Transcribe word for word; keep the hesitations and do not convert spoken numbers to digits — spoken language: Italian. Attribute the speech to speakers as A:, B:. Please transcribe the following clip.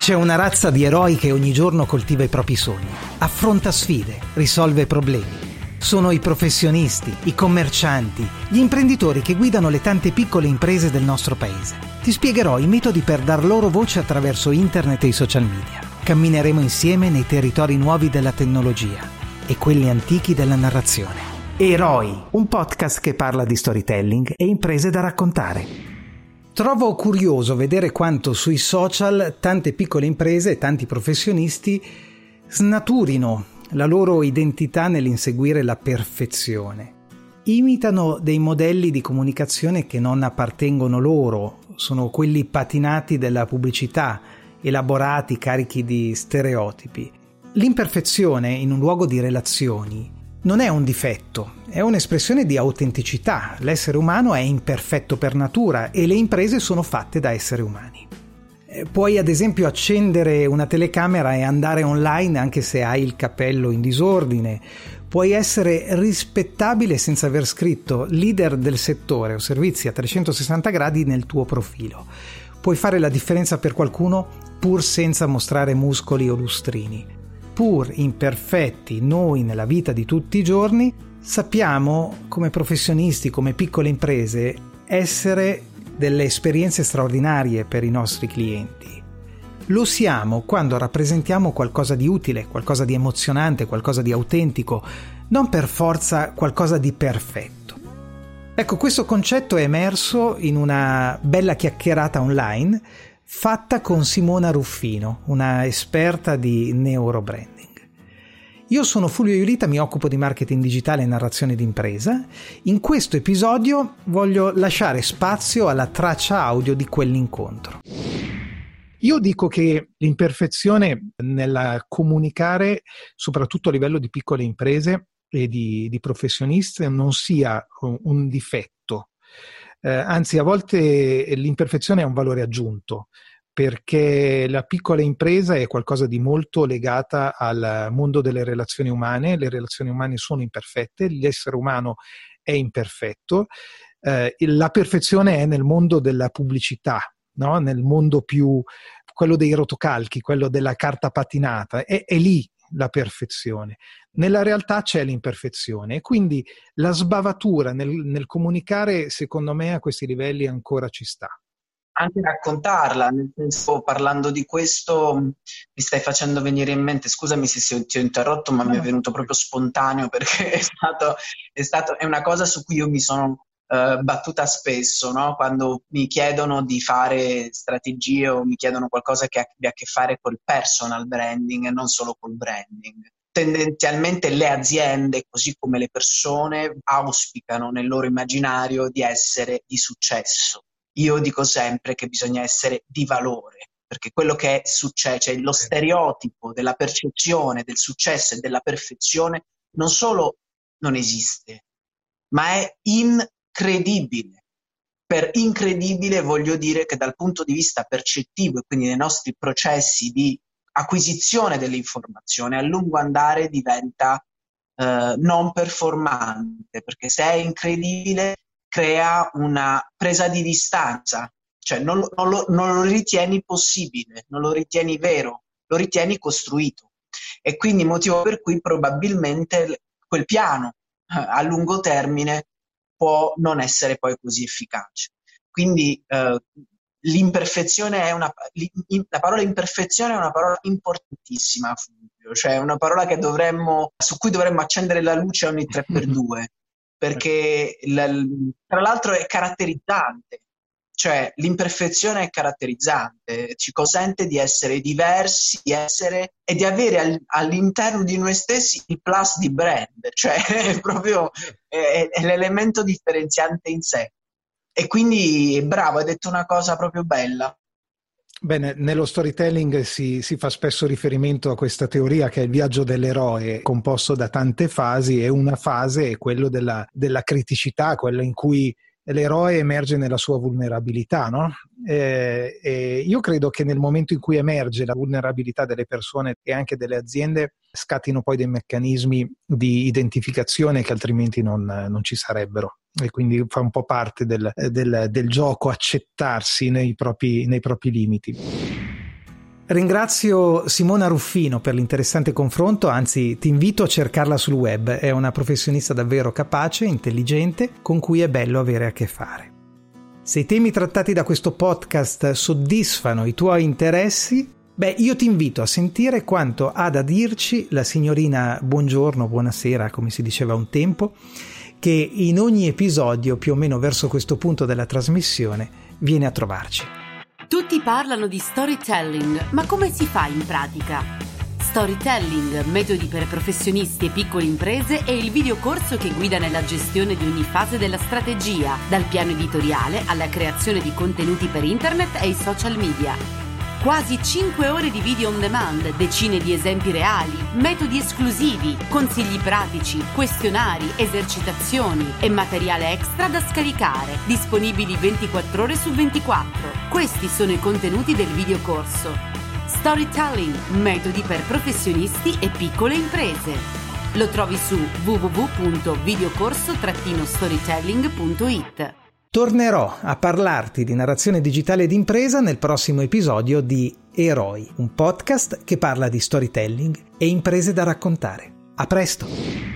A: C'è una razza di eroi che ogni giorno coltiva i propri sogni, affronta sfide, risolve problemi. Sono i professionisti, i commercianti, gli imprenditori che guidano le tante piccole imprese del nostro paese. Ti spiegherò i metodi per dar loro voce attraverso internet e i social media. Cammineremo insieme nei territori nuovi della tecnologia e quelli antichi della narrazione. Eroi, un podcast che parla di storytelling e imprese da raccontare. Trovo curioso vedere quanto sui social tante piccole imprese e tanti professionisti snaturino la loro identità nell'inseguire la perfezione. Imitano dei modelli di comunicazione che non appartengono loro, sono quelli patinati della pubblicità, elaborati, carichi di stereotipi. L'imperfezione in un luogo di relazioni non è un difetto, è un'espressione di autenticità. L'essere umano è imperfetto per natura e le imprese sono fatte da esseri umani. Puoi ad esempio accendere una telecamera e andare online anche se hai il cappello in disordine. Puoi essere rispettabile senza aver scritto leader del settore o servizi a trecentosessanta gradi nel tuo profilo. Puoi fare la differenza per qualcuno pur senza mostrare muscoli o lustrini. Pur imperfetti noi nella vita di tutti i giorni, sappiamo come professionisti, come piccole imprese, essere delle esperienze straordinarie per i nostri clienti. Lo siamo quando rappresentiamo qualcosa di utile, qualcosa di emozionante, qualcosa di autentico, non per forza qualcosa di perfetto. Ecco, questo concetto è emerso in una bella chiacchierata online fatta con Simona Ruffino, una esperta di neurobranding. Io sono Fulvio Iulita, mi occupo di marketing digitale e narrazione d'impresa. In questo episodio voglio lasciare spazio alla traccia audio di quell'incontro. Io dico che l'imperfezione nel comunicare, soprattutto a livello di piccole imprese e di, di professionisti, non sia un, un difetto. Eh, anzi, a volte l'imperfezione è un valore aggiunto, perché la piccola impresa è qualcosa di molto legata al mondo delle relazioni umane. Le relazioni umane sono imperfette, l'essere umano è imperfetto. Eh, la perfezione è nel mondo della pubblicità, no? Nel mondo più, quello dei rotocalchi, quello della carta patinata, è, è lì la perfezione. Nella realtà c'è l'imperfezione e quindi la sbavatura nel, nel comunicare, secondo me, a questi livelli ancora ci sta.
B: Anche raccontarla, nel senso, parlando di questo mi stai facendo venire in mente, scusami se ti ho interrotto, ma no, mi è venuto proprio spontaneo perché è stato, è stato è una cosa su cui io mi sono uh, battuta spesso, no? Quando mi chiedono di fare strategie o mi chiedono qualcosa che abbia a che fare col personal branding e non solo col branding. Tendenzialmente le aziende, così come le persone, auspicano nel loro immaginario di essere di successo. Io dico sempre che bisogna essere di valore, perché quello che succede, cioè lo stereotipo della percezione del successo e della perfezione, non solo non esiste, ma è incredibile. Per incredibile voglio dire che dal punto di vista percettivo e quindi nei nostri processi di acquisizione dell'informazione, a lungo andare diventa eh, non performante, perché se è incredibile crea una presa di distanza, cioè non, non, lo, non lo ritieni possibile, non lo ritieni vero, lo ritieni costruito. E quindi motivo per cui probabilmente quel piano eh, a lungo termine può non essere poi così efficace. Quindi eh, l'imperfezione è una la parola imperfezione è una parola importantissima, Fulvio, cioè una parola che dovremmo su cui dovremmo accendere la luce ogni tre per due. Perché la, tra l'altro è caratterizzante, cioè l'imperfezione è caratterizzante, ci consente di essere diversi, di essere e di avere al, all'interno di noi stessi il plus di brand, cioè è proprio è, è l'elemento differenziante in sé. E quindi bravo, hai detto una cosa proprio bella.
A: Bene, nello storytelling si, si fa spesso riferimento a questa teoria che è il viaggio dell'eroe, composto da tante fasi, e una fase è quello della, della criticità, quella in cui l'eroe emerge nella sua vulnerabilità, no? E, e io credo che nel momento in cui emerge la vulnerabilità delle persone e anche delle aziende, scattino poi dei meccanismi di identificazione che altrimenti non, non ci sarebbero. E quindi fa un po' parte del, del, del gioco accettarsi nei propri, nei propri limiti. Ringrazio Simona Ruffino per l'interessante confronto, anzi ti invito a cercarla sul web, è una professionista davvero capace, intelligente, con cui è bello avere a che fare. Se i temi trattati da questo podcast soddisfano i tuoi interessi, beh, io ti invito a sentire quanto ha da dirci la signorina Buongiorno, buonasera, come si diceva un tempo, che in ogni episodio, più o meno verso questo punto della trasmissione, viene a trovarci.
C: Tutti parlano di storytelling, ma come si fa in pratica? Storytelling, metodi per professionisti e piccole imprese, è il videocorso che guida nella gestione di ogni fase della strategia, dal piano editoriale alla creazione di contenuti per internet e i social media. Quasi cinque ore di video on demand, decine di esempi reali, metodi esclusivi, consigli pratici, questionari, esercitazioni e materiale extra da scaricare, disponibili ventiquattro ore su ventiquattro. Questi sono i contenuti del videocorso. Storytelling, metodi per professionisti e piccole imprese. Lo trovi su w w w punto videocorso storytelling punto it.
A: Tornerò a parlarti di narrazione digitale d'impresa nel prossimo episodio di Eroi, un podcast che parla di storytelling e imprese da raccontare. A presto!